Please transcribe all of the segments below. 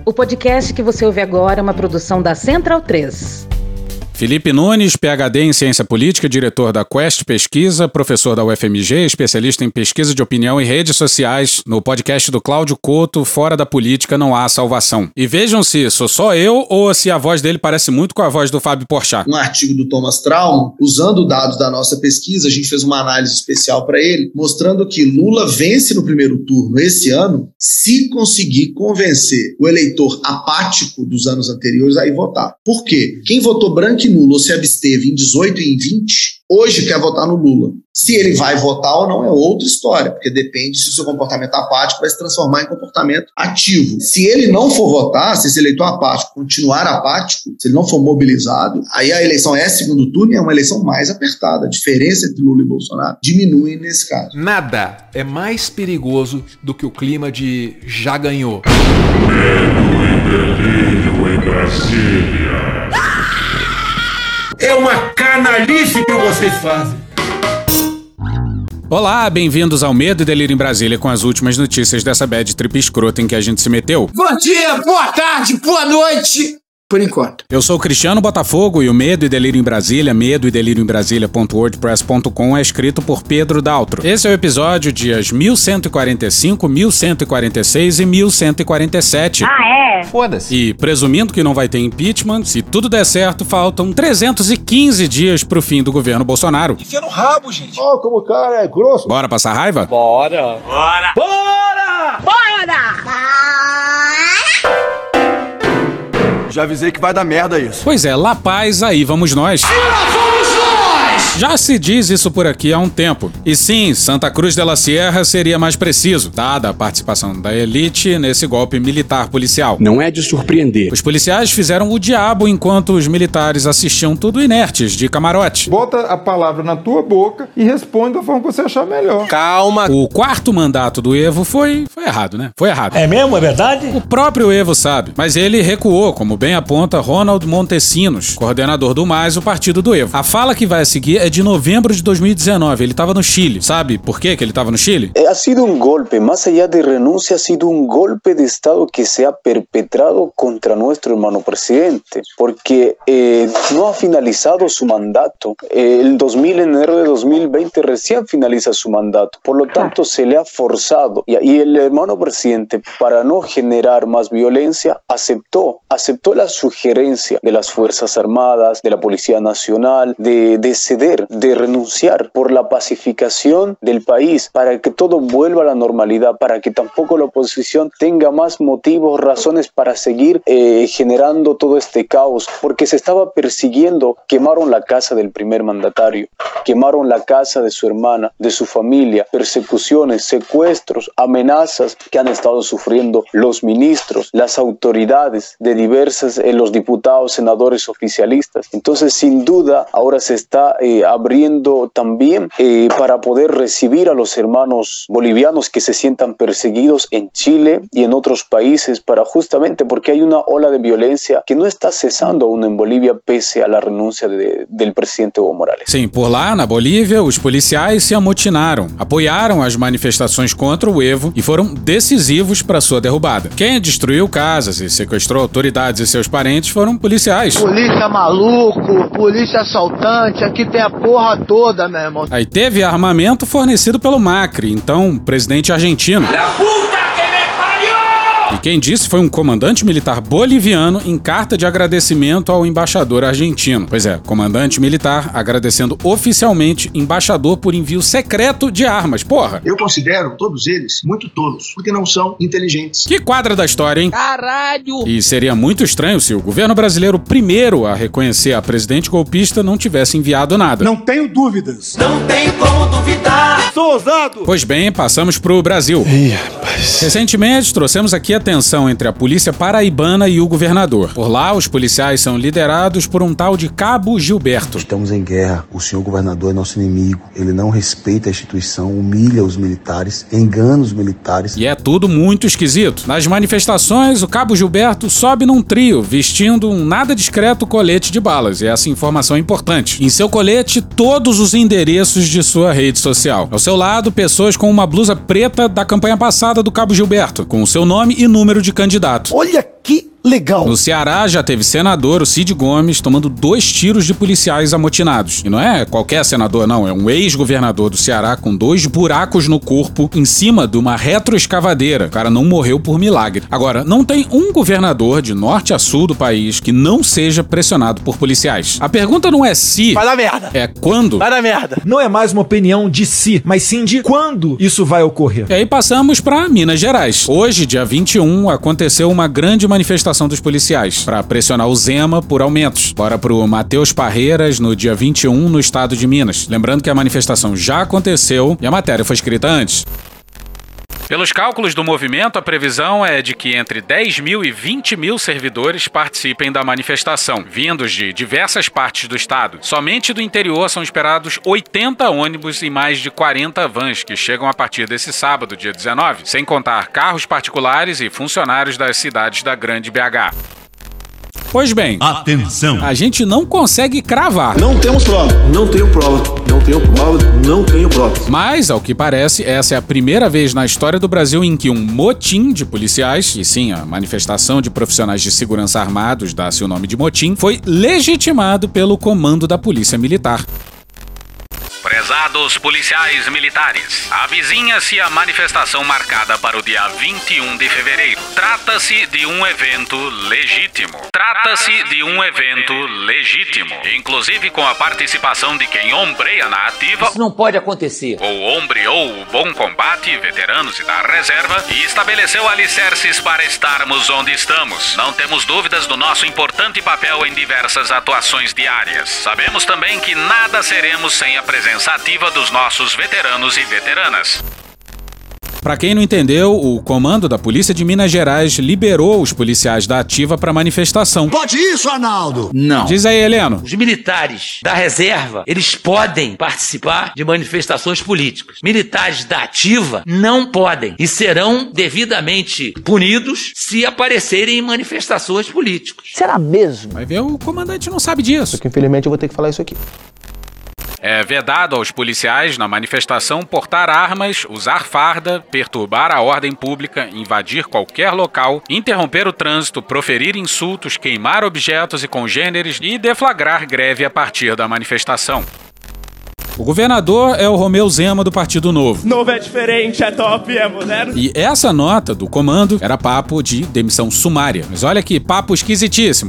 O podcast que você ouve agora é uma produção da Central 3. Felipe Nunes, PhD em Ciência Política, diretor da Quest Pesquisa, professor da UFMG, especialista em pesquisa de opinião e redes sociais, no podcast do Cláudio Couto, Fora da Política Não Há Salvação. E vejam se sou só eu ou se a voz dele parece muito com a voz do Fábio Porchat. Um artigo do Thomas Trauman, usando dados da nossa pesquisa, a gente fez uma análise especial para ele, mostrando que Lula vence no primeiro turno esse ano se conseguir convencer o eleitor apático dos anos anteriores a ir votar. Por quê? Quem votou branco e nulo ou se absteve em 18 e em 20, hoje quer votar no Lula. Se ele vai votar ou não é outra história, porque depende se o seu comportamento apático vai se transformar em comportamento ativo. Se ele não for votar, se esse eleitor apático continuar apático, se ele não for mobilizado, aí a eleição é segundo turno e é uma eleição mais apertada. A diferença entre Lula e Bolsonaro diminui nesse caso. Nada é mais perigoso do que o clima de já ganhou. Medo e delírio em Brasília. É uma canalice que vocês fazem. Olá, bem-vindos ao Medo e Delírio em Brasília com as últimas notícias dessa bad trip escrota em que a gente se meteu. Bom dia, boa tarde, boa noite. Por enquanto. Eu sou o Cristiano Botafogo e o Medo e Delírio em Brasília, medoedelirioembrasilha.wordpress.com é escrito por Pedro Daltro. Esse é o episódio dias 1145, 1146 e 1147. Ah, é? Foda-se. E presumindo que não vai ter impeachment, se tudo der certo, faltam 315 dias pro fim do governo Bolsonaro. Enfia no rabo, gente. Ó, como o cara é grosso. Bora passar raiva? Bora. Bora. Bora. Bora! Já avisei que vai dar merda isso. Pois é, La Paz, aí vamos nós. Já se diz isso por aqui há um tempo. E sim, Santa Cruz de la Sierra seria mais preciso, dada a participação da elite nesse golpe militar policial. Não é de surpreender. Os policiais fizeram o diabo enquanto os militares assistiam tudo inertes, de camarote. Bota a palavra na tua boca e responde da forma que você achar melhor. Calma. O quarto mandato do Evo foi errado, né? Foi errado. É mesmo? É verdade? O próprio Evo sabe, mas ele recuou, como bem aponta Ronald Montesinos, coordenador do MAS, o partido do Evo. A fala que vai a seguir é de novembro de 2019, ele estava no Chile. Sabe por que ele estava no Chile? Ha sido un golpe, más allá de renuncia, ha sido un golpe de Estado que se ha perpetrado contra nuestro hermano presidente, porque no ha finalizado su mandato. El 2000, en enero de 2020, recién finaliza su mandato. Por lo tanto, se le ha forzado. Y el hermano presidente, para no generar más violencia, aceptó la sugerencia de las Fuerzas Armadas, de la Policía Nacional, de ceder, de renunciar por la pacificación del país, para que todo vuelva a la normalidad, para que tampoco la oposición tenga más motivos, razones para seguir generando todo este caos, porque se estaba persiguiendo. Quemaron la casa del primer mandatario, quemaron la casa de su hermana, de su familia, persecuciones, secuestros, amenazas que han estado sufriendo los ministros, las autoridades de diversas, los diputados, senadores, oficialistas. Entonces, sin duda, ahora se está abriendo también para poder recibir a los hermanos bolivianos que se sientan perseguidos en Chile y en otros países, para justamente porque hay una ola de violencia que no está cesando aún en Bolivia pese a la renuncia del presidente Evo Morales. Sim, por lá, na Bolívia, os policiais se amotinaram, apoiaram as manifestações contra o Evo e foram decisivos para sua derrubada. Quem destruiu casas e sequestrou autoridades e seus parentes foram policiais. Polícia maluco, polícia assaltante, aqui tem a porra toda, meu irmão. Aí teve armamento fornecido pelo Macri, então presidente argentino. E quem disse foi um comandante militar boliviano em carta de agradecimento ao embaixador argentino. Pois é, comandante militar agradecendo oficialmente embaixador por envio secreto de armas, porra! Eu considero todos eles muito tolos, porque não são inteligentes. Que quadra da história, hein? Caralho! E seria muito estranho se o governo brasileiro primeiro a reconhecer a presidente golpista não tivesse enviado nada. Não tenho dúvidas. Não tem como duvidar. Sou ousado. Pois bem, passamos pro Brasil. Ih, rapaz. Recentemente, trouxemos aqui a tensão entre a polícia paraibana e o governador. Por lá, os policiais são liderados por um tal de Cabo Gilberto. Estamos em guerra. O senhor governador é nosso inimigo. Ele não respeita a instituição, humilha os militares, engana os militares. E é tudo muito esquisito. Nas manifestações, o Cabo Gilberto sobe num trio, vestindo um nada discreto colete de balas. E essa informação é importante. Em seu colete, todos os endereços de sua rede social. Ao seu lado, pessoas com uma blusa preta da campanha passada do Cabo Gilberto, com o seu nome e número de candidato. Olha que legal. No Ceará já teve senador, o Cid Gomes, tomando 2 tiros de policiais amotinados. E não é qualquer senador, não. É um ex-governador do Ceará com 2 buracos no corpo em cima de uma retroescavadeira. O cara não morreu por milagre. Agora, não tem um governador de norte a sul do país que não seja pressionado por policiais. A pergunta não é se... Vai dar merda. É quando... Vai dar merda. Não é mais uma opinião de si, mas sim de quando isso vai ocorrer. E aí passamos para Minas Gerais. Hoje, dia 21, aconteceu uma grande manifestação dos policiais para pressionar o Zema por aumentos. Bora pro Matheus Parreiras no dia 21 no estado de Minas. Lembrando que a manifestação já aconteceu e a matéria foi escrita antes. Pelos cálculos do movimento, a previsão é de que entre 10 mil e 20 mil servidores participem da manifestação, vindos de diversas partes do estado. Somente do interior são esperados 80 ônibus e mais de 40 vans que chegam a partir desse sábado, dia 19, sem contar carros particulares e funcionários das cidades da Grande BH. Pois bem, atenção, a gente não consegue cravar. Não temos prova. Não tenho prova. Não tenho prova. Não tenho prova. Mas, ao que parece, essa é a primeira vez na história do Brasil em que um motim de policiais, e sim, a manifestação de profissionais de segurança armados, dá-se o nome de motim, foi legitimado pelo comando da Polícia Militar. Prezados policiais militares, avizinha-se a manifestação marcada para o dia 21 de fevereiro. Trata-se de um evento legítimo. Inclusive com a participação de quem ombreia na ativa. Isso não pode acontecer. Ou ombreou o bom combate, veteranos e da reserva, e estabeleceu alicerces para estarmos onde estamos. Não temos dúvidas do nosso importante papel em diversas atuações diárias. Sabemos também que nada seremos sem a presença ativa dos nossos veteranos e veteranas. Para quem não entendeu, o comando da Polícia de Minas Gerais liberou os policiais da ativa para manifestação. Pode isso, Arnaldo? Não. Diz aí, Heleno. Os militares da reserva, eles podem participar de manifestações políticas. Militares da ativa não podem e serão devidamente punidos se aparecerem em manifestações políticas. Será mesmo? Vai ver, o comandante não sabe disso. Porque infelizmente eu vou ter que falar isso aqui. É vedado aos policiais na manifestação portar armas, usar farda, perturbar a ordem pública, invadir qualquer local, interromper o trânsito, proferir insultos, queimar objetos e congêneres e deflagrar greve a partir da manifestação. O governador é o Romeu Zema do Partido Novo. Novo é diferente, é top, é moderno. E essa nota do comando era papo de demissão sumária. Mas olha que papo esquisitíssimo.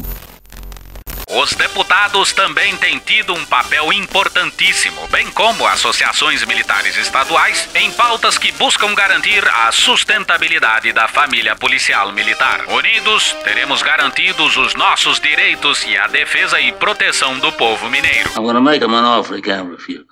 Os deputados também têm tido um papel importantíssimo, bem como associações militares estaduais, em pautas que buscam garantir a sustentabilidade da família policial militar. Unidos, teremos garantidos os nossos direitos e a defesa e proteção do povo mineiro. I'm gonna make him an offer he can't refuse.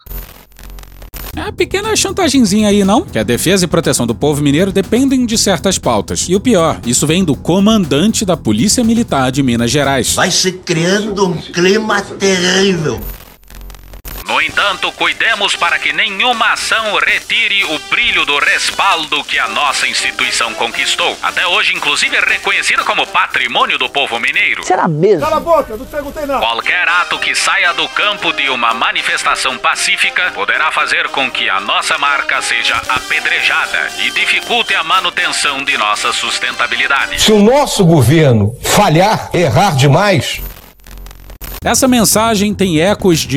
É uma pequena chantagemzinha aí, não? Que a defesa e proteção do povo mineiro dependem de certas pautas. E o pior, isso vem do comandante da Polícia Militar de Minas Gerais. Vai se criando um clima terrível. No entanto, cuidemos para que nenhuma ação retire o brilho do respaldo que a nossa instituição conquistou. Até hoje, inclusive, é reconhecida como patrimônio do povo mineiro. Será mesmo? Cala a boca, não perguntei nada. Qualquer ato que saia do campo de uma manifestação pacífica poderá fazer com que a nossa marca seja apedrejada e dificulte a manutenção de nossa sustentabilidade. Se o nosso governo falhar, errar demais... Essa mensagem tem ecos de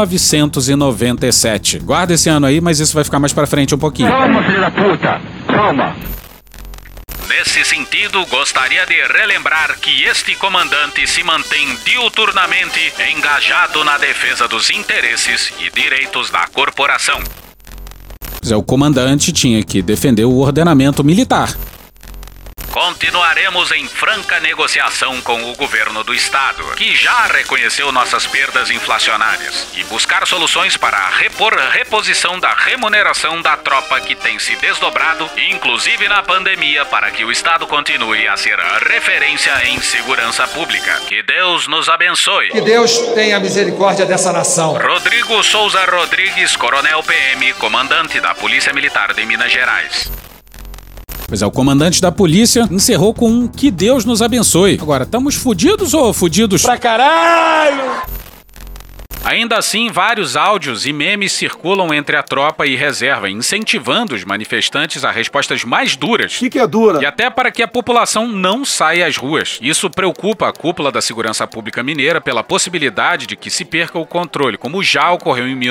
1997. Guarda esse ano aí, mas isso vai ficar mais pra frente um pouquinho. Calma, filho da puta! Calma! Nesse sentido, gostaria de relembrar que este comandante se mantém diuturnamente engajado na defesa dos interesses e direitos da corporação. O comandante tinha que defender o ordenamento militar. Continuaremos em franca negociação com o governo do estado, que já reconheceu nossas perdas inflacionárias, e buscar soluções para a reposição da remuneração da tropa que tem se desdobrado, inclusive na pandemia, para que o estado continue a ser a referência em segurança pública. Que Deus nos abençoe. Que Deus tenha misericórdia dessa nação. Rodrigo Souza Rodrigues, coronel PM, comandante da Polícia Militar de Minas Gerais. Pois é, o comandante da polícia encerrou com um que Deus nos abençoe. Agora, estamos fudidos ou fudidos? Pra caralho! Ainda assim, vários áudios e memes circulam entre a tropa e reserva, incentivando os manifestantes a respostas mais duras. O que é dura? E até para que a população não saia às ruas. Isso preocupa a cúpula da segurança pública mineira pela possibilidade de que se perca o controle, como já ocorreu em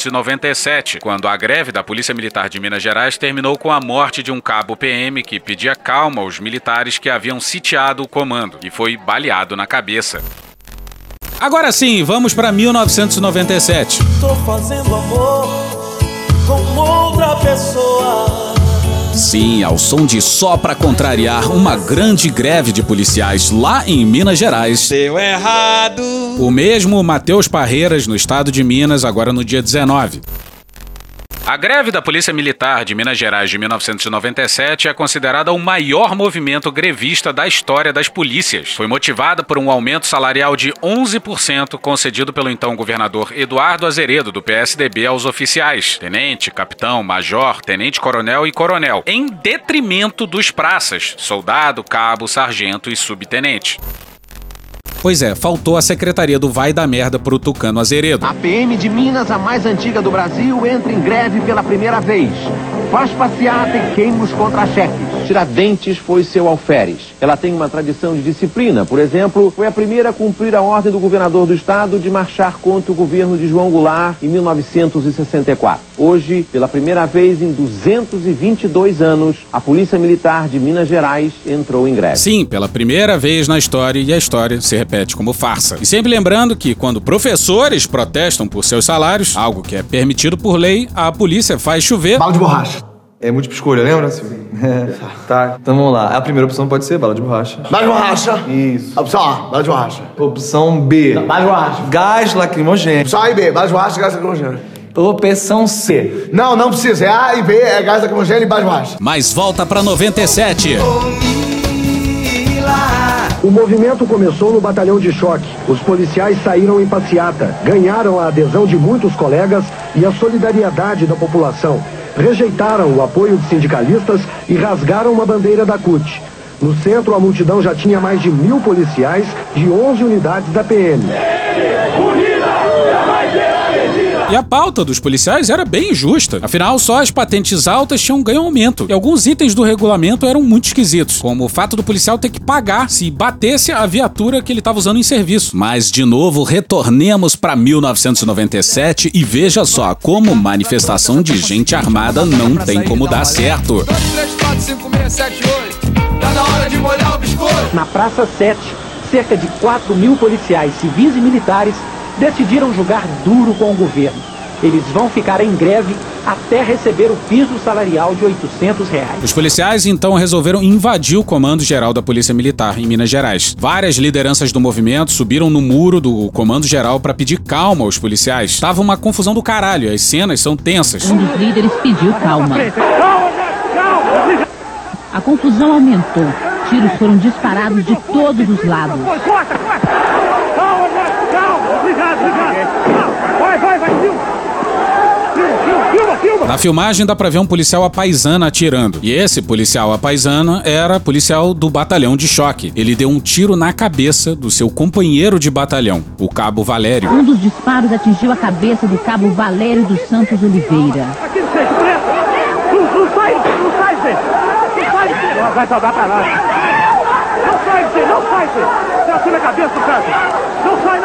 1997, quando a greve da Polícia Militar de Minas Gerais terminou com a morte de um cabo PM que pedia calma aos militares que haviam sitiado o comando e foi baleado na cabeça. Agora sim, vamos para 1997. Tô fazendo amor com outra pessoa. Sim, ao som de Só Pra Contrariar, uma grande greve de policiais lá em Minas Gerais. Deu errado. O mesmo Matheus Parreiras no estado de Minas, agora no dia 19. A greve da Polícia Militar de Minas Gerais de 1997 é considerada o maior movimento grevista da história das polícias. Foi motivada por um aumento salarial de 11% concedido pelo então governador Eduardo Azeredo, do PSDB, aos oficiais, tenente, capitão, major, tenente-coronel e coronel, em detrimento dos praças, soldado, cabo, sargento e subtenente. Pois é, faltou a secretaria do Vai da Merda pro Tucano Azeredo. A PM de Minas, a mais antiga do Brasil, entra em greve pela primeira vez. Faz passeata e queima os contra-chefes. Tiradentes foi seu alferes. Ela tem uma tradição de disciplina. Por exemplo, foi a primeira a cumprir a ordem do governador do estado de marchar contra o governo de João Goulart em 1964. Hoje, pela primeira vez em 222 anos, a Polícia Militar de Minas Gerais entrou em greve. Sim, pela primeira vez na história, e a história se repete como farsa. E sempre lembrando que quando professores protestam por seus salários, algo que é permitido por lei, a polícia faz chover bala de borracha. É múltipla escolha, lembra, Silvio? Tá, então vamos lá. A primeira opção pode ser bala de borracha. Bala de borracha. Isso. Opção A, bala de borracha. Opção B. Bala de borracha. Gás lacrimogêneo. Opção A e B, bala de borracha e gás lacrimogêneo. Opção C. Não precisa. É A e B, é gás lacrimogêneo e bala de borracha. Mas volta pra 97. O movimento começou no batalhão de choque. Os policiais saíram em passeata, ganharam a adesão de muitos colegas e a solidariedade da população. Rejeitaram o apoio de sindicalistas e rasgaram uma bandeira da CUT. No centro, a multidão já tinha mais de 1.000 policiais de 11 unidades da PM. E a pauta dos policiais era bem injusta. Afinal, só as patentes altas tinham ganho aumento. E alguns itens do regulamento eram muito esquisitos, como o fato do policial ter que pagar se batesse a viatura que ele estava usando em serviço. Mas, de novo, retornemos para 1997 e veja só como manifestação de gente armada não tem como dar certo. 2, 3, 4, 5, 6, 7, 8. Tá na hora de molhar o biscoito. Na Praça 7, cerca de 4.000 policiais civis e militares decidiram jogar duro com o governo. Eles vão ficar em greve até receber o piso salarial de R$800. Os policiais então resolveram invadir o Comando Geral da Polícia Militar em Minas Gerais. Várias lideranças do movimento subiram no muro do Comando Geral para pedir calma aos policiais. Tava uma confusão do caralho, as cenas são tensas. Um dos líderes pediu calma. A confusão aumentou. Tiros foram disparados de todos os lados. Na filmagem dá pra ver um policial à paisana atirando. E esse policial à paisana era policial do batalhão de choque. Ele deu um tiro na cabeça do seu companheiro de batalhão, o cabo Valério. Um dos disparos atingiu a cabeça do cabo Valério dos Santos Oliveira. Aqui, gente, presta! Não sai, gente! Vai sobrar pra lá. Não sai, gente! Você atira a cabeça do cara! Não sai!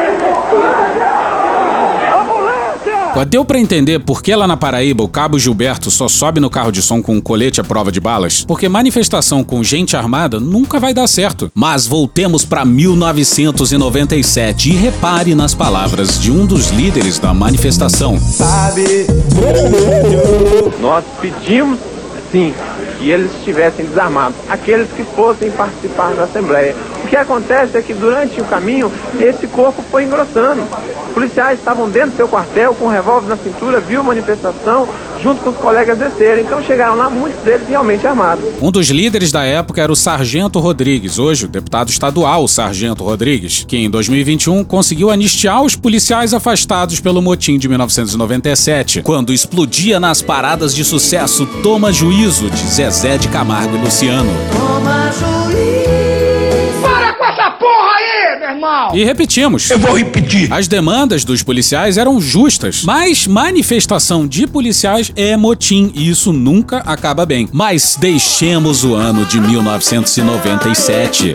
Deu pra entender por que lá na Paraíba o cabo Gilberto só sobe no carro de som com um colete à prova de balas? Porque manifestação com gente armada nunca vai dar certo. Mas voltemos pra 1997 e repare nas palavras de um dos líderes da manifestação. Sabe, nós pedimos, sim, que eles estivessem desarmados, aqueles que fossem participar da Assembleia. O que acontece é que durante o caminho, esse corpo foi engrossando. Os policiais estavam dentro do seu quartel, com um revólver na cintura, viu a manifestação, junto com os colegas desceram. Então chegaram lá, muitos deles realmente armados. Um dos líderes da época era o Sargento Rodrigues, hoje o deputado estadual Sargento Rodrigues, que em 2021 conseguiu anistiar os policiais afastados pelo motim de 1997, quando explodia nas paradas de sucesso Toma Juízo, de Zezé de Camargo e Luciano. Toma juízo! Para com essa porra aí, meu irmão! Federal! E repetimos. Eu vou repetir. As demandas dos policiais eram justas, mas manifestação de policiais é motim e isso nunca acaba bem. Mas deixemos o ano de 1997.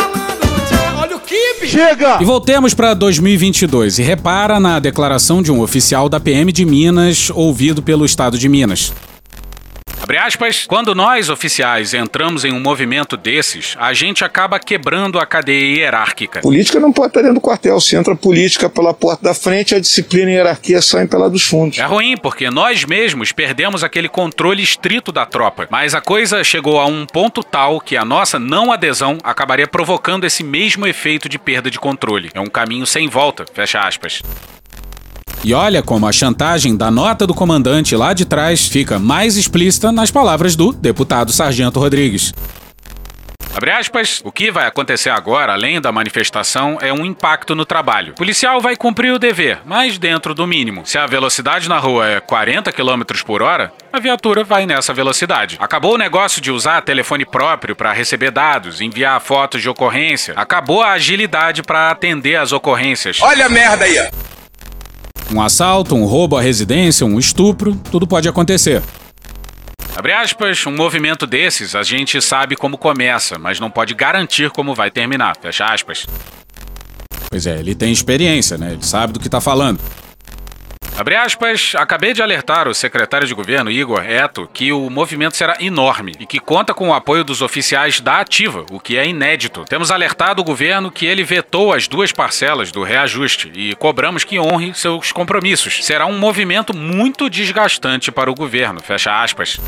Chega! E voltemos para 2022 e repara na declaração de um oficial da PM de Minas ouvido pelo estado de Minas. Abre aspas, quando nós, oficiais, entramos em um movimento desses, a gente acaba quebrando a cadeia hierárquica. Política não pode estar dentro do quartel. Se entra a política pela porta da frente, a disciplina e a hierarquia saem pela dos fundos. É ruim, porque nós mesmos perdemos aquele controle estrito da tropa. Mas a coisa chegou a um ponto tal que a nossa não adesão acabaria provocando esse mesmo efeito de perda de controle. É um caminho sem volta, fecha aspas. E olha como a chantagem da nota do comandante lá de trás fica mais explícita nas palavras do deputado Sargento Rodrigues. Abre aspas, o que vai acontecer agora, além da manifestação, é um impacto no trabalho. O policial vai cumprir o dever, mas dentro do mínimo. Se a velocidade na rua é 40 km por hora, a viatura vai nessa velocidade. Acabou o negócio de usar telefone próprio para receber dados, enviar fotos de ocorrência. Acabou a agilidade para atender as ocorrências. Olha a merda aí! Um assalto, um roubo à residência, um estupro, tudo pode acontecer. Abre aspas, um movimento desses a gente sabe como começa, mas não pode garantir como vai terminar, fecha aspas. Pois é, ele tem experiência, né? Ele sabe do que tá falando. Abre aspas, acabei de alertar o secretário de governo, Igor Eto, que o movimento será enorme e que conta com o apoio dos oficiais da Ativa, o que é inédito. Temos alertado o governo que ele vetou as 2 parcelas do reajuste e cobramos que honre seus compromissos. Será um movimento muito desgastante para o governo, fecha aspas.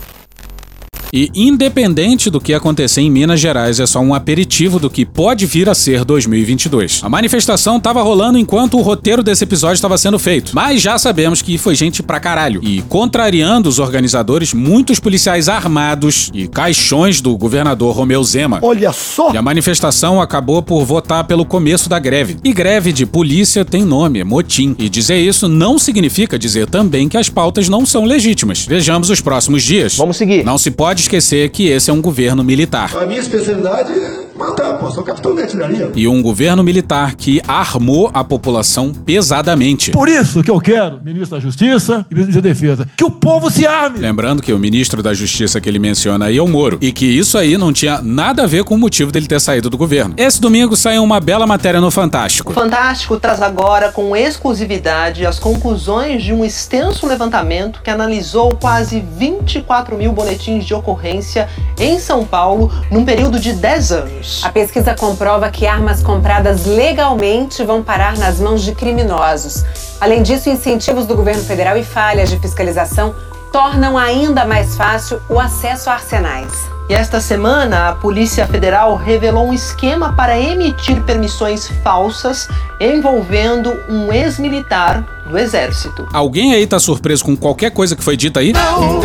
E independente do que acontecer em Minas Gerais, é só um aperitivo do que pode vir a ser 2022. A manifestação estava rolando enquanto o roteiro desse episódio estava sendo feito, mas já sabemos que foi gente pra caralho. E contrariando os organizadores, muitos policiais armados e caixões do governador Romeu Zema. Olha só! E a manifestação acabou por votar pelo começo da greve. E greve de polícia tem nome, é motim. E dizer isso não significa dizer também que as pautas não são legítimas. Vejamos os próximos dias. Vamos seguir. Não se pode esquecer que esse é um governo militar. A minha especialidade é matar, pô. Sou capitão de artilharia. E um governo militar que armou a população pesadamente. Por isso que eu quero, ministro da Justiça e ministro da Defesa, que o povo se arme. Lembrando que o ministro da Justiça que ele menciona aí é o Moro. E que isso aí não tinha nada a ver com o motivo dele ter saído do governo. Esse domingo saiu uma bela matéria no Fantástico. O Fantástico traz agora com exclusividade as conclusões de um extenso levantamento que analisou quase 24 mil boletins de ocorrência em São Paulo num período de 10 anos. A pesquisa comprova que armas compradas legalmente vão parar nas mãos de criminosos. Além disso, incentivos do governo federal e falhas de fiscalização tornam ainda mais fácil o acesso a arsenais. E esta semana, a Polícia Federal revelou um esquema para emitir permissões falsas envolvendo um ex-militar do Exército. Alguém aí tá surpreso com qualquer coisa que foi dita aí? Não.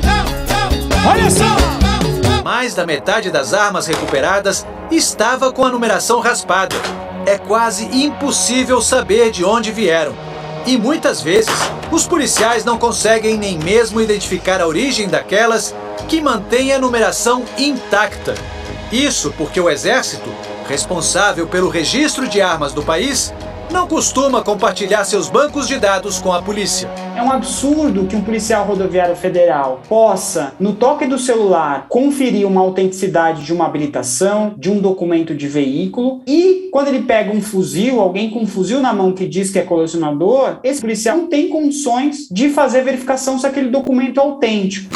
Olha só! Mais da metade das armas recuperadas estava com a numeração raspada. É quase impossível saber de onde vieram. E muitas vezes, os policiais não conseguem nem mesmo identificar a origem daquelas que mantêm a numeração intacta. Isso porque o Exército, responsável pelo registro de armas do país, não costuma compartilhar seus bancos de dados com a polícia. É um absurdo que um policial rodoviário federal possa, no toque do celular, conferir uma autenticidade de uma habilitação, de um documento de veículo, e quando ele pega um fuzil, alguém com um fuzil na mão que diz que é colecionador, esse policial não tem condições de fazer verificação se aquele documento é autêntico.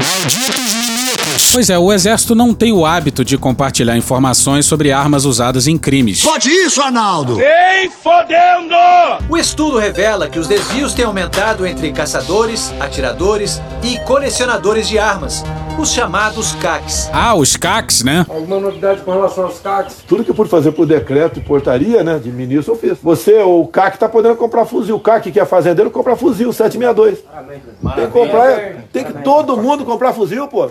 Pois é, o Exército não tem o hábito de compartilhar informações sobre armas usadas em crimes. Pode isso, Arnaldo! Nem fodendo! O estudo revela que os desvios têm aumentado entre caçadores, atiradores e colecionadores de armas, os chamados CACs. Ah, os CACs, né? Alguma novidade com relação aos CACs? Tudo que eu pude fazer por decreto e portaria, né, de ministro, eu fiz. Você, o CAC, tá podendo comprar fuzil. O CAC, que é fazendeiro, compra fuzil 762. Tem que comprar, tem que todo mundo comprar fuzil, pô.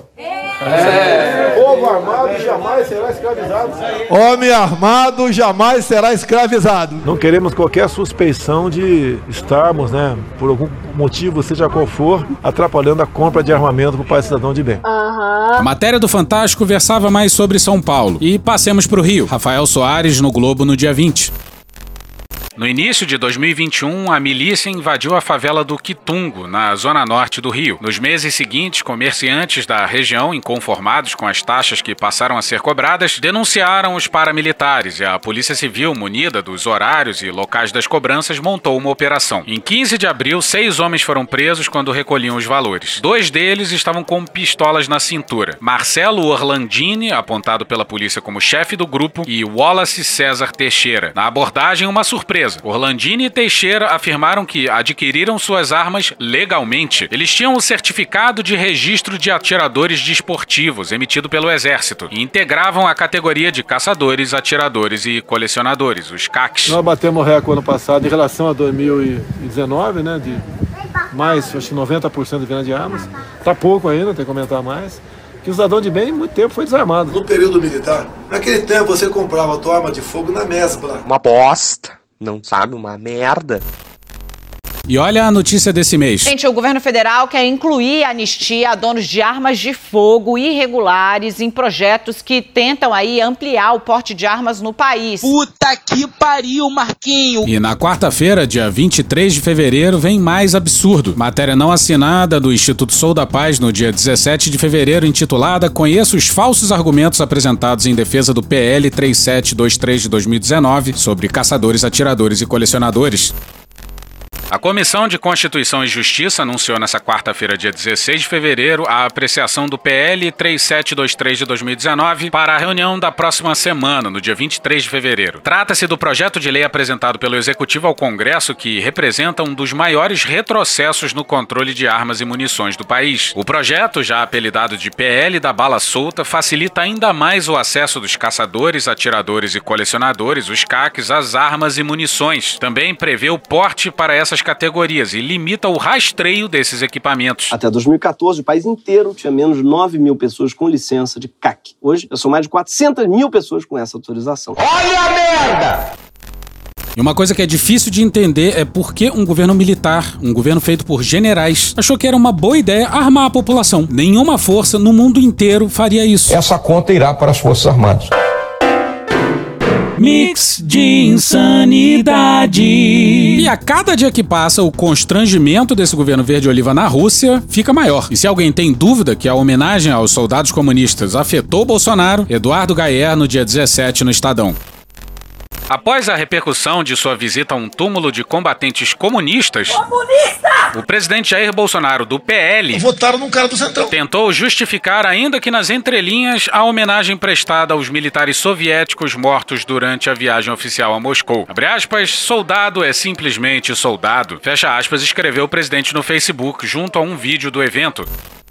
Povo armado jamais será escravizado. Homem armado jamais será escravizado. Não queremos qualquer suspeição de estarmos, né, por algum motivo, seja qual for, atrapalhando a compra de armamento para o país cidadão de bem. A matéria do Fantástico versava mais sobre São Paulo. E passemos para o Rio. Rafael Soares no Globo no dia 20. No início de 2021, a milícia invadiu a favela do Quitungo, na zona norte do Rio. Nos meses seguintes, comerciantes da região, inconformados com as taxas que passaram a ser cobradas, denunciaram os paramilitares e a Polícia Civil, munida dos horários e locais das cobranças, montou uma operação. Em 15 de abril, 6 homens foram presos quando recolhiam os valores. 2 deles estavam com pistolas na cintura. Marcelo Orlandini, apontado pela polícia como chefe do grupo, e Wallace César Teixeira. Na abordagem, uma surpresa. Orlandini e Teixeira afirmaram que adquiriram suas armas legalmente. Eles tinham o certificado de registro de atiradores desportivos emitido pelo Exército e integravam a categoria de caçadores, atiradores e colecionadores, os CACs. Nós batemos recorde ano passado em relação a 2019, né, de mais, acho que 90% de venda de armas. Tá pouco ainda, tem que comentar mais. Que o cidadão de bem, muito tempo, foi desarmado. No período militar, naquele tempo você comprava a tua arma de fogo na Mesbla. Uma bosta, não sabe? Uma merda. E olha a notícia desse mês. Gente, o governo federal quer incluir a anistia a donos de armas de fogo irregulares em projetos que tentam aí ampliar o porte de armas no país. Puta que pariu, Marquinho! E na quarta-feira, dia 23 de fevereiro, vem mais absurdo. Matéria não assinada do Instituto Sou da Paz no dia 17 de fevereiro, intitulada "Conheça os falsos argumentos apresentados em defesa do PL 3723 de 2019 sobre caçadores, atiradores e colecionadores". A Comissão de Constituição e Justiça anunciou nesta quarta-feira, dia 16 de fevereiro, a apreciação do PL 3723 de 2019 para a reunião da próxima semana, no dia 23 de fevereiro. Trata-se do projeto de lei apresentado pelo Executivo ao Congresso que representa um dos maiores retrocessos no controle de armas e munições do país. O projeto, já apelidado de PL da Bala Solta, facilita ainda mais o acesso dos caçadores, atiradores e colecionadores, os CACs, às armas e munições. Também prevê o porte para essas categorias e limita o rastreio desses equipamentos. Até 2014, o país inteiro tinha menos de 9 mil pessoas com licença de CAC. Hoje, são mais de 400 mil pessoas com essa autorização. Olha a merda! E uma coisa que é difícil de entender é por que um governo militar, um governo feito por generais, achou que era uma boa ideia armar a população. Nenhuma força no mundo inteiro faria isso. Essa conta irá para as Forças Armadas. Mix de insanidade. E a cada dia que passa, o constrangimento desse governo verde-oliva na Rússia fica maior. E se alguém tem dúvida que a homenagem aos soldados comunistas afetou Bolsonaro, Eduardo Gayer no dia 17 no Estadão. Após a repercussão de sua visita a um túmulo de combatentes comunistas, o presidente Jair Bolsonaro, do PL, votaram num cara do Centrão. Tentou justificar, ainda que nas entrelinhas, a homenagem prestada aos militares soviéticos mortos durante a viagem oficial a Moscou. Abre aspas, soldado é simplesmente soldado. Fecha aspas, escreveu o presidente no Facebook, junto a um vídeo do evento.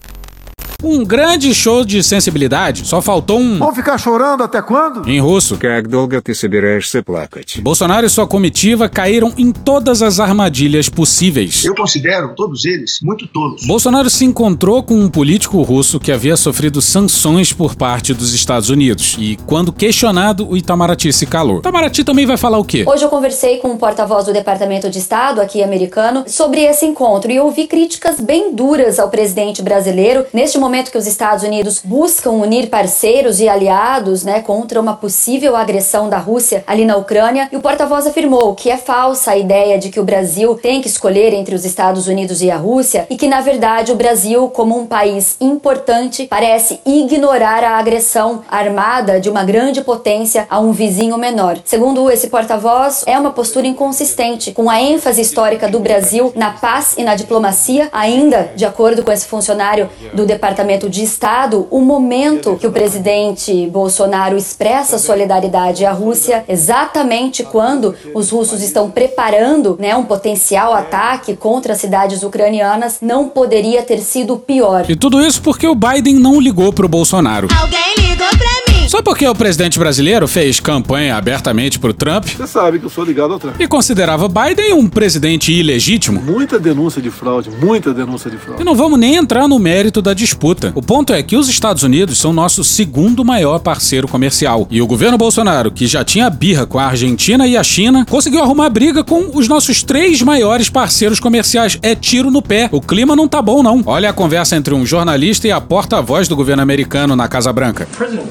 Um grande show de sensibilidade, só faltou um... Vão ficar chorando até quando? Em russo. Как долго ты собираешься плакать? Bolsonaro e sua comitiva caíram em todas as armadilhas possíveis. Eu considero todos eles muito tolos. Bolsonaro se encontrou com um político russo que havia sofrido sanções por parte dos Estados Unidos. E, quando questionado, o Itamaraty se calou. Itamaraty também vai falar o quê? Hoje eu conversei com um porta-voz do Departamento de Estado, aqui americano, sobre esse encontro. E ouvi críticas bem duras ao presidente brasileiro. Neste momento que os Estados Unidos buscam unir parceiros e aliados, contra uma possível agressão da Rússia ali na Ucrânia, e o porta-voz afirmou que é falsa a ideia de que o Brasil tem que escolher entre os Estados Unidos e a Rússia e que, na verdade, o Brasil, como um país importante, parece ignorar a agressão armada de uma grande potência a um vizinho menor. Segundo esse porta-voz, é uma postura inconsistente com a ênfase histórica do Brasil na paz e na diplomacia, ainda de acordo com esse funcionário do Departamento de Estado, o momento que o presidente Bolsonaro expressa solidariedade à Rússia, exatamente quando os russos estão preparando um potencial ataque contra as cidades ucranianas, não poderia ter sido pior. E tudo isso porque o Biden não ligou pro Bolsonaro. Alguém ligou pra mim! Só porque o presidente brasileiro fez campanha abertamente pro Trump. Você sabe que eu sou ligado ao Trump. E considerava Biden um presidente ilegítimo. Muita denúncia de fraude, muita denúncia de fraude. E não vamos nem entrar no mérito da disputa. O ponto é que os Estados Unidos são nosso segundo maior parceiro comercial. E o governo Bolsonaro, que já tinha birra com a Argentina e a China, conseguiu arrumar briga com os nossos 3 maiores parceiros comerciais. É tiro no pé. O clima não tá bom, não. Olha a conversa entre um jornalista e a porta-voz do governo americano na Casa Branca. President Bolsonaro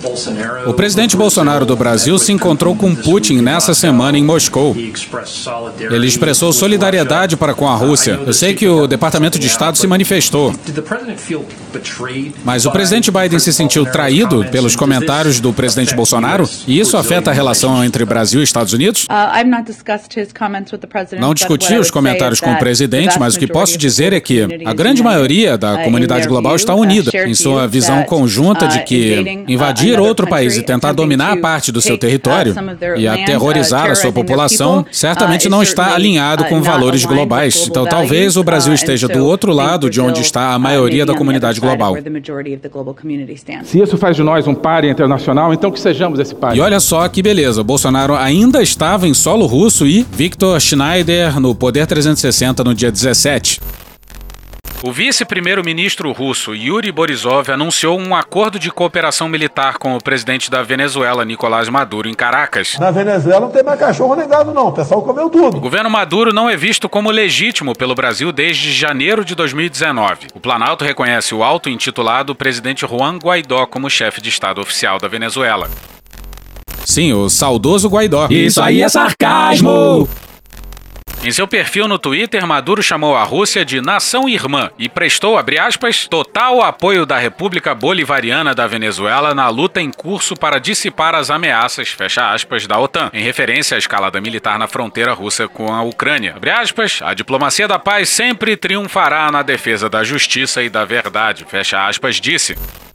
O presidente Bolsonaro do Brasil se encontrou com Putin nessa semana em Moscou. Ele expressou solidariedade para com a Rússia. Eu sei que o Departamento de Estado se manifestou. Mas o presidente Biden se sentiu traído pelos comentários do presidente Bolsonaro? E isso afeta a relação entre Brasil e Estados Unidos? Não discuti os comentários com o presidente, mas o que posso dizer é que a grande maioria da comunidade global está unida em sua visão conjunta de que invadir outro país e tentar dominar a parte do seu território e aterrorizar a sua população certamente não está alinhado com valores globais. Então talvez o Brasil esteja do outro lado de onde está a maioria da comunidade global. Se isso faz de nós um páreo internacional, então que sejamos esse páreo. E olha só que beleza, Bolsonaro ainda estava em solo russo e Viktor Schneider no Poder 360 no dia 17. O vice-primeiro-ministro russo Yuri Borisov anunciou um acordo de cooperação militar com o presidente da Venezuela, Nicolás Maduro, em Caracas. Na Venezuela não tem mais cachorro nem gado não, o pessoal comeu tudo. O governo Maduro não é visto como legítimo pelo Brasil desde janeiro de 2019. O Planalto reconhece o auto-intitulado presidente Juan Guaidó como chefe de Estado oficial da Venezuela. Sim, o saudoso Guaidó. Isso aí é sarcasmo! Em seu perfil no Twitter, Maduro chamou a Rússia de nação irmã e prestou, abre aspas, total apoio da República Bolivariana da Venezuela na luta em curso para dissipar as ameaças, fecha aspas, da OTAN, em referência à escalada militar na fronteira russa com a Ucrânia. Abre aspas, a diplomacia da paz sempre triunfará na defesa da justiça e da verdade, fecha aspas, disse.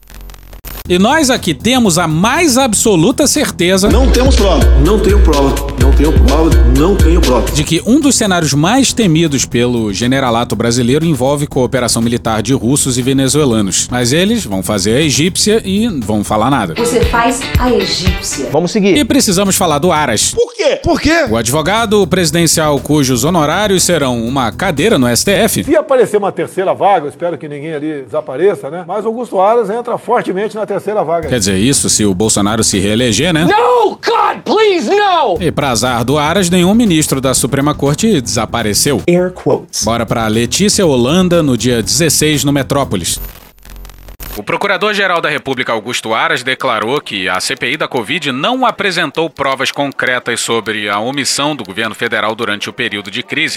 E nós aqui temos a mais absoluta certeza... Não temos prova. Não tenho prova. Não tenho prova. Não tenho prova. De que um dos cenários mais temidos pelo generalato brasileiro envolve cooperação militar de russos e venezuelanos. Mas eles vão fazer a egípcia e não vão falar nada. Você faz a egípcia. Vamos seguir. E precisamos falar do Aras. Por quê? Por quê? O advogado presidencial cujos honorários serão uma cadeira no STF. Se aparecer uma terceira vaga, eu espero que ninguém ali desapareça, né? Mas Augusto Aras entra fortemente na terceira vaga. Quer dizer, isso se o Bolsonaro se reeleger, né? No, God, please, no! E pra azar do Aras, nenhum ministro da Suprema Corte desapareceu. Air quotes. Bora pra Letícia Holanda no dia 16 no Metrópolis. O Procurador-Geral da República, Augusto Aras, declarou que a CPI da Covid não apresentou provas concretas sobre a omissão do governo federal durante o período de crise.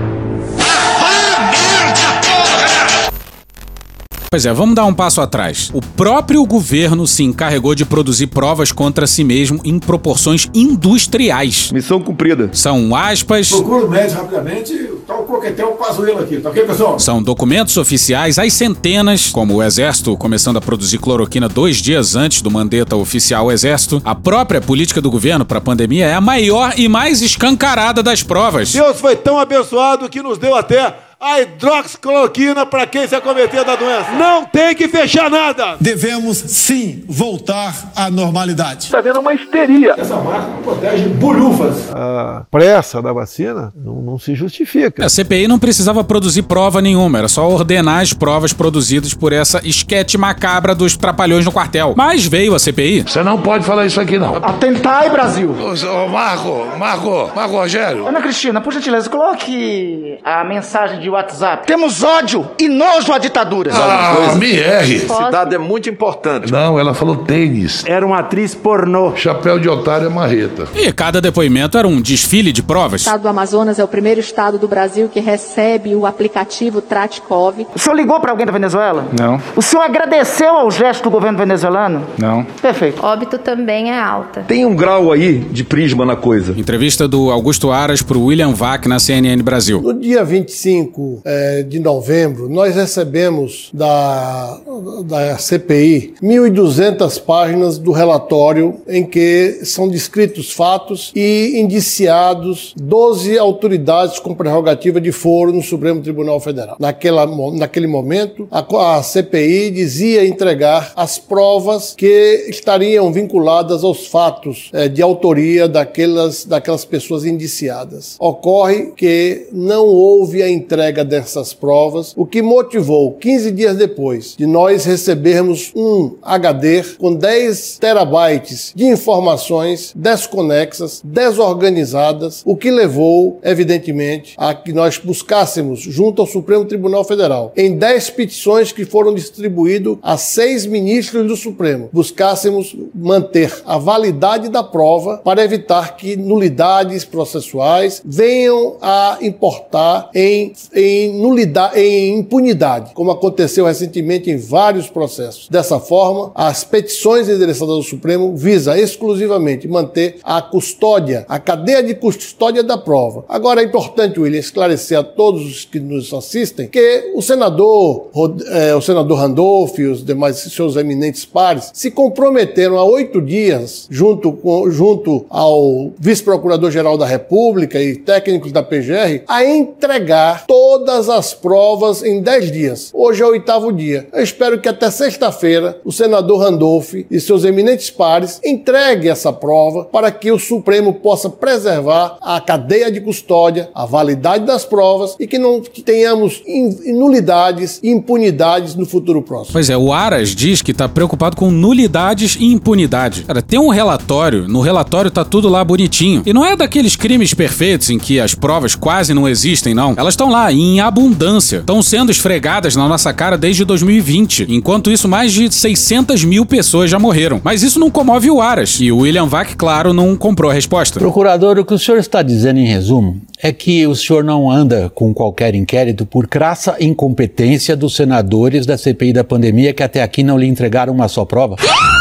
Pois é, vamos dar um passo atrás. O próprio governo se encarregou de produzir provas contra si mesmo em proporções industriais. Missão cumprida. São aspas... Procura o médico rapidamente, tá o coquetel Pazuello aqui, tá ok, pessoal? São documentos oficiais, às centenas, como o Exército começando a produzir cloroquina 2 dias antes do mandeta oficial ao Exército. A própria política do governo para a pandemia é a maior e mais escancarada das provas. Deus foi tão abençoado que nos deu até a hidroxicloroquina para quem se acometer da doença. Não tem que fechar nada. Devemos, sim, voltar à normalidade. Está vendo uma histeria. Essa marca protege bolhufas. A pressa da vacina não se justifica. A CPI não precisava produzir prova nenhuma, era só ordenar as provas produzidas por essa esquete macabra dos trapalhões no quartel. Mas veio a CPI. Você não pode falar isso aqui, não. Atentai, Brasil! Ô, Marco Rogério. Ana Cristina, por gentileza, coloque a mensagem de WhatsApp. Temos ódio e nojo à ditadura. Me erre. Cidade é muito importante. Não, ela falou tênis. Era uma atriz pornô. Chapéu de otário é marreta. E cada depoimento era um desfile de provas. O estado do Amazonas é o primeiro estado do Brasil que recebe o aplicativo Tratkov. O senhor ligou para alguém da Venezuela? Não. O senhor agradeceu ao gesto do governo venezuelano? Não. Perfeito. Óbito também é alta. Tem um grau aí de prisma na coisa. Entrevista do Augusto Aras pro William Vac na CNN Brasil. No dia 25 de novembro, nós recebemos da CPI 1.200 páginas do relatório em que são descritos fatos e indiciados 12 autoridades com prerrogativa de foro no Supremo Tribunal Federal. Naquele momento, a CPI dizia entregar as provas que estariam vinculadas aos fatos de autoria daquelas pessoas indiciadas. Ocorre que não houve a entrega entrega dessas provas, o que motivou, 15 dias depois, de nós recebermos um HD com 10 terabytes de informações desconexas, desorganizadas, o que levou, evidentemente, a que nós buscássemos, junto ao Supremo Tribunal Federal, em 10 petições que foram distribuídas a 6 ministros do Supremo, buscássemos manter a validade da prova para evitar que nulidades processuais venham a importar em impunidade, como aconteceu recentemente em vários processos. Dessa forma, as petições endereçadas ao Supremo visam exclusivamente manter a custódia, a cadeia de custódia da prova. Agora é importante, William, esclarecer a todos os que nos assistem que o senador Randolph e os demais seus eminentes pares se comprometeram há 8 dias, junto ao vice-procurador-geral da República e técnicos da PGR, a entregar todas as provas em 10 dias. Hoje é o 8º dia. Eu espero que até sexta-feira o senador Randolph e seus eminentes pares entreguem essa prova para que o Supremo possa preservar a cadeia de custódia, a validade das provas e que não tenhamos nulidades e impunidades no futuro próximo. Pois é, o Aras diz que está preocupado com nulidades e impunidade. Cara, tem um relatório, no relatório tá tudo lá bonitinho. E não é daqueles crimes perfeitos em que as provas quase não existem, não. Elas estão lá, em abundância. Estão sendo esfregadas na nossa cara desde 2020. Enquanto isso, mais de 600 mil pessoas já morreram. Mas isso não comove o Aras. E o William Vac, claro, não comprou a resposta. Procurador, o que o senhor está dizendo em resumo é que o senhor não anda com qualquer inquérito por crassa incompetência dos senadores da CPI da pandemia que até aqui não lhe entregaram uma só prova?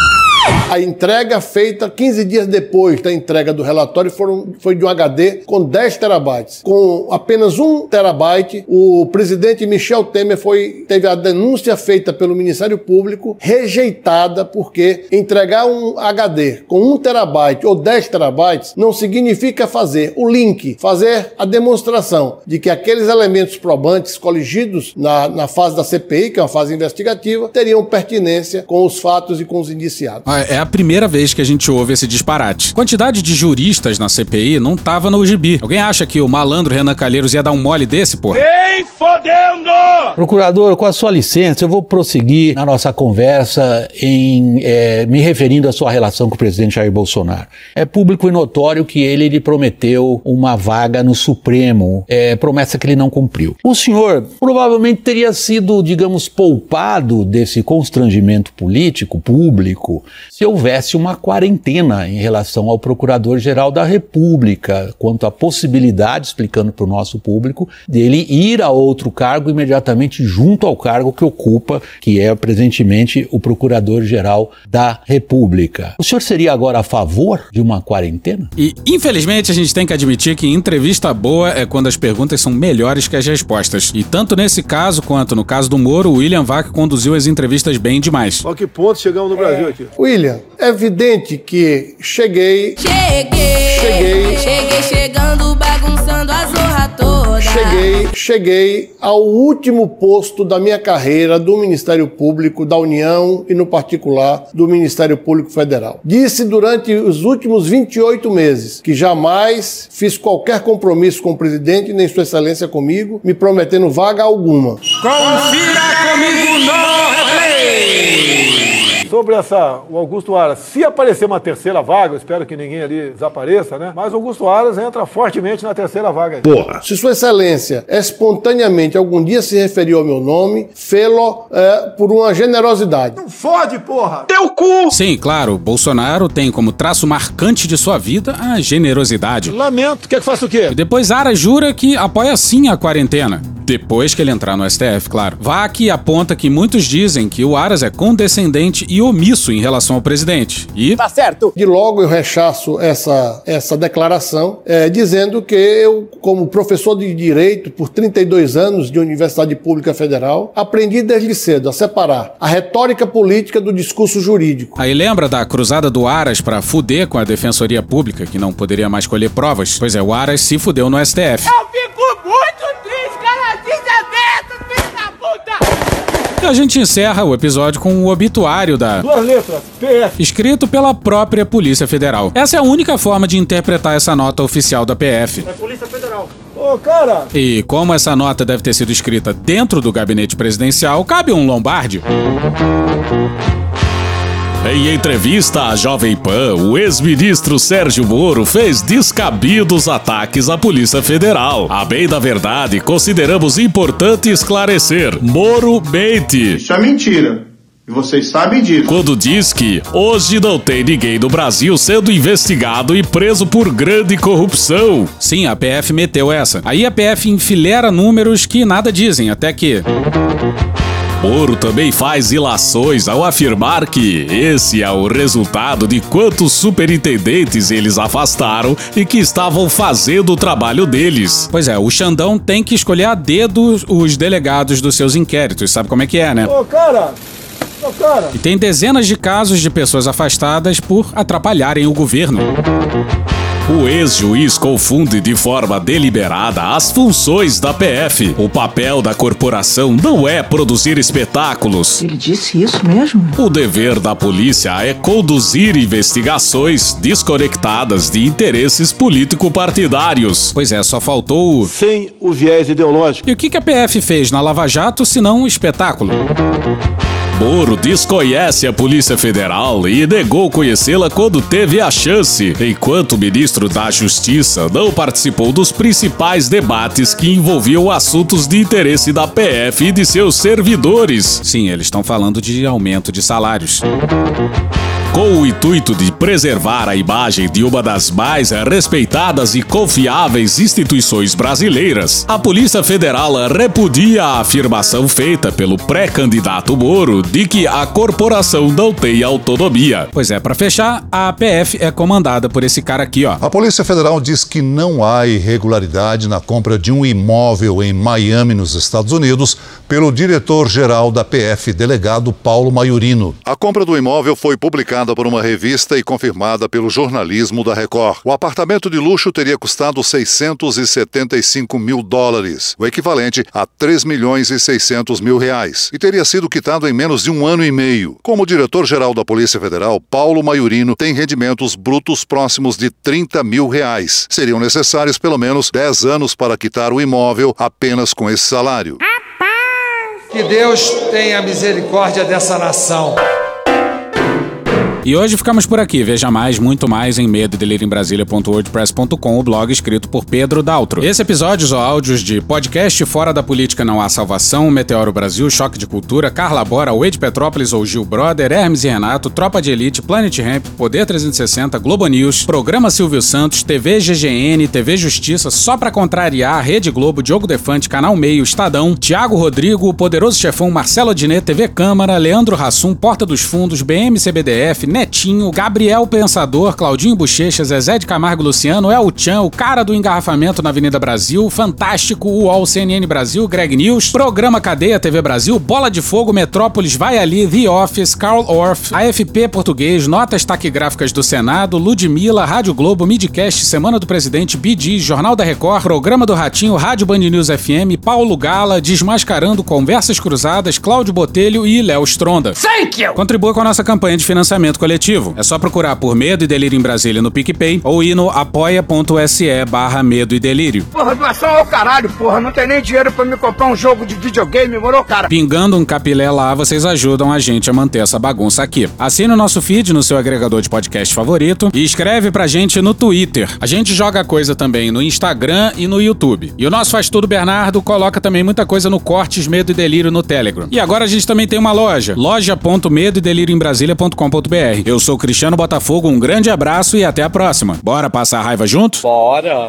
A entrega feita 15 dias depois da entrega do relatório foi de um HD com 10 terabytes. Com apenas 1 terabyte, o presidente Michel Temer teve a denúncia feita pelo Ministério Público rejeitada, porque entregar um HD com 1 terabyte ou 10 terabytes não significa fazer o link, fazer a demonstração de que aqueles elementos probantes coligidos na fase da CPI, que é uma fase investigativa, teriam pertinência com os fatos e com os indiciados. É a primeira vez que a gente ouve esse disparate. A quantidade de juristas na CPI não tava no gibi. Alguém acha que o malandro Renan Calheiros ia dar um mole desse, porra? Nem fodendo! Procurador, com a sua licença, eu vou prosseguir na nossa conversa me referindo à sua relação com o presidente Jair Bolsonaro. É público e notório que ele lhe prometeu uma vaga no Supremo, promessa que ele não cumpriu. O senhor provavelmente teria sido, digamos, poupado desse constrangimento político, público, se houvesse uma quarentena em relação ao Procurador-Geral da República, quanto à possibilidade, explicando para o nosso público, dele ir a outro cargo imediatamente junto ao cargo que ocupa, que é presentemente o Procurador-Geral da República. O senhor seria agora a favor de uma quarentena? E, infelizmente, a gente tem que admitir que entrevista boa é quando as perguntas são melhores que as respostas. E tanto nesse caso quanto no caso do Moro, o William Vac conduziu as entrevistas bem demais. Olha que ponto chegamos no Brasil aqui. William, é evidente que cheguei chegando, bagunçando a zorra toda. Cheguei ao último posto da minha carreira do Ministério Público da União e, no particular, do Ministério Público Federal. Disse durante os últimos 28 meses que jamais fiz qualquer compromisso com o presidente, nem Sua Excelência comigo, me prometendo vaga alguma. Confira comigo no replay! Sobre o Augusto Aras, se aparecer uma terceira vaga, eu espero que ninguém ali desapareça, né? Mas o Augusto Aras entra fortemente na terceira vaga. Porra! Se Sua Excelência espontaneamente algum dia se referiu ao meu nome, fê-lo por uma generosidade. Não fode, porra! Teu cu! Sim, claro, Bolsonaro tem como traço marcante de sua vida a generosidade. Lamento, quer que faça o quê? E depois Aras jura que apoia sim a quarentena. Depois que ele entrar no STF, claro. Vac aponta que muitos dizem que o Aras é condescendente e omisso em relação ao presidente. E... Tá certo! De logo eu rechaço essa declaração, dizendo que eu, como professor de Direito por 32 anos de Universidade Pública Federal, aprendi desde cedo a separar a retórica política do discurso jurídico. Aí lembra da cruzada do Aras pra fuder com a Defensoria Pública, que não poderia mais colher provas? Pois é, o Aras se fudeu no STF. Eu fico muito triste, cara! Desaberto, filho da puta! E a gente encerra o episódio com o obituário da... 2 letras, PF. Escrito pela própria Polícia Federal. Essa é a única forma de interpretar essa nota oficial da PF. É Polícia Federal. Ô, cara! E como essa nota deve ter sido escrita dentro do gabinete presidencial, cabe um Lombardi. Em entrevista à Jovem Pan, o ex-ministro Sérgio Moro fez descabidos ataques à Polícia Federal. A bem da verdade, consideramos importante esclarecer: Moro mente. Isso é mentira. E vocês sabem disso. Quando diz que hoje não tem ninguém no Brasil sendo investigado e preso por grande corrupção. Sim, a PF meteu essa. Aí a PF enfileira números que nada dizem, até que... Moro também faz ilações ao afirmar que esse é o resultado de quantos superintendentes eles afastaram e que estavam fazendo o trabalho deles. Pois é, o Xandão tem que escolher a dedo os delegados dos seus inquéritos, sabe como é que é, né? Ô, cara! E tem dezenas de casos de pessoas afastadas por atrapalharem o governo. O ex-juiz confunde de forma deliberada as funções da PF. O papel da corporação não é produzir espetáculos. Ele disse isso mesmo? O dever da polícia é conduzir investigações desconectadas de interesses político-partidários. Pois é, só faltou sem o viés ideológico. E o que a PF fez na Lava Jato, se não um espetáculo? Moro desconhece a Polícia Federal e negou conhecê-la quando teve a chance, enquanto o ministro da Justiça não participou dos principais debates que envolviam assuntos de interesse da PF e de seus servidores. Sim, eles estão falando de aumento de salários. Com o intuito de preservar a imagem de uma das mais respeitadas e confiáveis instituições brasileiras, a Polícia Federal repudia a afirmação feita pelo pré-candidato Moro de que a corporação não tem autonomia. Pois é, para fechar, a PF é comandada por esse cara aqui, ó. A Polícia Federal diz que não há irregularidade na compra de um imóvel em Miami, nos Estados Unidos, pelo diretor-geral da PF, delegado Paulo Maiorino. A compra do imóvel foi publicada por uma revista e confirmada pelo jornalismo da Record. O apartamento de luxo teria custado $675 mil, o equivalente a R$3.600.000, e teria sido quitado em menos de 1 ano e meio. Como diretor-geral da Polícia Federal, Paulo Maiorino tem rendimentos brutos próximos de R$30 mil. Seriam necessários pelo menos 10 anos para quitar o imóvel apenas com esse salário. Que Deus tenha misericórdia dessa nação. E hoje ficamos por aqui. Veja mais, muito mais em medoedelirioembrasilha.wordpress.com, o blog escrito por Pedro Daltro. Esse episódio ou áudios de podcast Fora da Política Não Há Salvação, Meteoro Brasil, Choque de Cultura, Carla Bora, Wade Petrópolis ou Gil Brother, Hermes e Renato, Tropa de Elite, Planet Ramp, Poder 360, Globo News, Programa Silvio Santos, TV GGN, TV Justiça, Só Pra Contrariar, Rede Globo, Diogo Defante, Canal Meio, Estadão, Thiago Rodrigo, O Poderoso Chefão, Marcelo Adnet, TV Câmara, Leandro Hassum, Porta dos Fundos, BM-CBDF, Netinho, Gabriel Pensador, Claudinho Bochecha, Zezé de Camargo Luciano, El Chan, o cara do engarrafamento na Avenida Brasil, Fantástico, UOL, CNN Brasil, Greg News, Programa Cadeia TV Brasil, Bola de Fogo, Metrópolis, Vai Ali, The Office, Carl Orff, AFP Português, Notas Taquigráficas do Senado, Ludmilla, Rádio Globo, Midcast, Semana do Presidente, BD, Jornal da Record, Programa do Ratinho, Rádio Band News FM, Paulo Gala, Desmascarando, Conversas Cruzadas, Cláudio Botelho e Léo Stronda. Thank you! Contribua com a nossa campanha de financiamento coletivo. É só procurar por Medo e Delírio em Brasília no PicPay ou ir no apoia.se/Medo e Delírio. Porra, doação ao caralho, porra. Não tem nem dinheiro pra me comprar um jogo de videogame, moro, cara? Pingando um capilé lá, vocês ajudam a gente a manter essa bagunça aqui. Assine o nosso feed no seu agregador de podcast favorito e escreve pra gente no Twitter. A gente joga coisa também no Instagram e no YouTube. E o nosso Faz Tudo Bernardo coloca também muita coisa no Cortes Medo e Delírio no Telegram. E agora a gente também tem uma loja, loja.medoedelirioembrasilha.com.br. Eu sou Cristiano Botafogo, um grande abraço e até a próxima. Bora passar a raiva junto? Bora!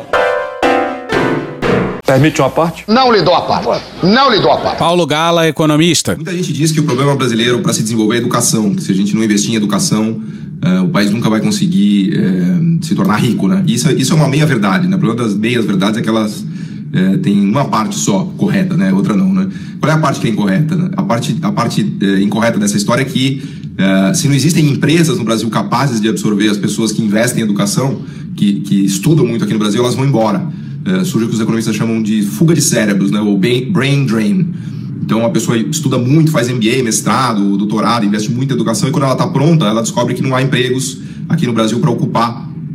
Permite uma parte? Não lhe dou a parte. Não lhe dou a parte. Paulo Gala, economista. Muita gente diz que o problema brasileiro para se desenvolver é a educação, que se a gente não investir em educação, o país nunca vai conseguir se tornar rico, né? Isso é uma meia-verdade, né? O problema das meias-verdades é que elas têm uma parte só correta, né? Outra não, né? Qual é a parte que é incorreta? Né? A parte incorreta dessa história é que se não existem empresas no Brasil capazes de absorver as pessoas que investem em educação, que estudam muito aqui no Brasil, elas vão embora. Surge o que os economistas chamam de fuga de cérebros, né? Ou brain drain. Então a pessoa estuda muito, faz MBA, mestrado, doutorado, investe muito em educação e quando ela está pronta, ela descobre que não há empregos aqui no Brasil para ocupar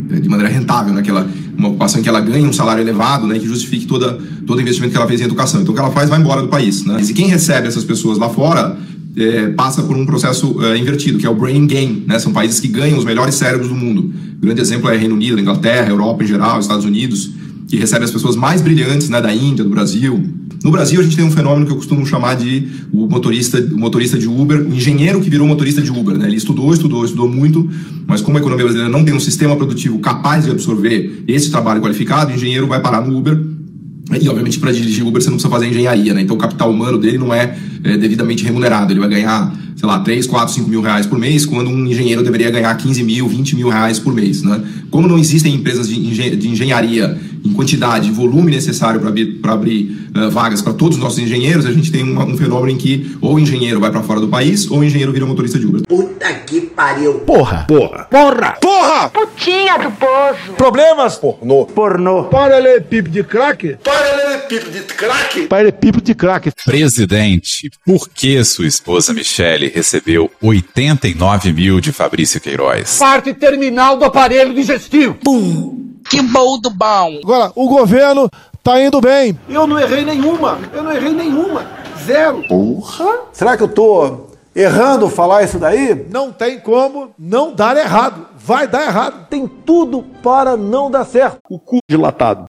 de maneira rentável, né? Uma ocupação em que ela ganha um salário elevado, né? Que justifique todo o investimento que ela fez em educação. Então o que ela faz vai embora do país, né? E quem recebe essas pessoas lá fora passa por um processo invertido, que é o brain gain, né? São países que ganham os melhores cérebros do mundo. O grande exemplo é Reino Unido, Inglaterra, Europa em geral, Estados Unidos, que recebe as pessoas mais brilhantes, né? Da Índia, do Brasil. No Brasil, a gente tem um fenômeno que eu costumo chamar de o motorista de Uber, o engenheiro que virou motorista de Uber, né? Ele estudou muito, mas como a economia brasileira não tem um sistema produtivo capaz de absorver esse trabalho qualificado, o engenheiro vai parar no Uber. E, obviamente, para dirigir Uber, você não precisa fazer engenharia, né? Então, o capital humano dele não é devidamente remunerado. Ele vai ganhar, sei lá, 3, 4, 5 mil reais por mês, quando um engenheiro deveria ganhar 15 mil, 20 mil reais por mês, né? Como não existem empresas de engenharia em quantidade e volume necessário para abrir vagas para todos os nossos engenheiros, a gente tem um fenômeno em que ou o engenheiro vai para fora do país ou o engenheiro vira motorista de Uber. Puta que pariu. Porra. Putinha do poço. Problemas? Pornô. Paralelepípedo de crack? Paralelepípedo de crack. Presidente, por que sua esposa Michele recebeu 89 mil de Fabrício Queiroz? Parte terminal do aparelho digestivo. Pum. Que bom do bom. Agora, o governo tá indo bem. Eu não errei nenhuma. Zero. Porra. Será que eu tô errando falar isso daí? Não tem como não dar errado. Vai dar errado. Tem tudo para não dar certo. O cu dilatado.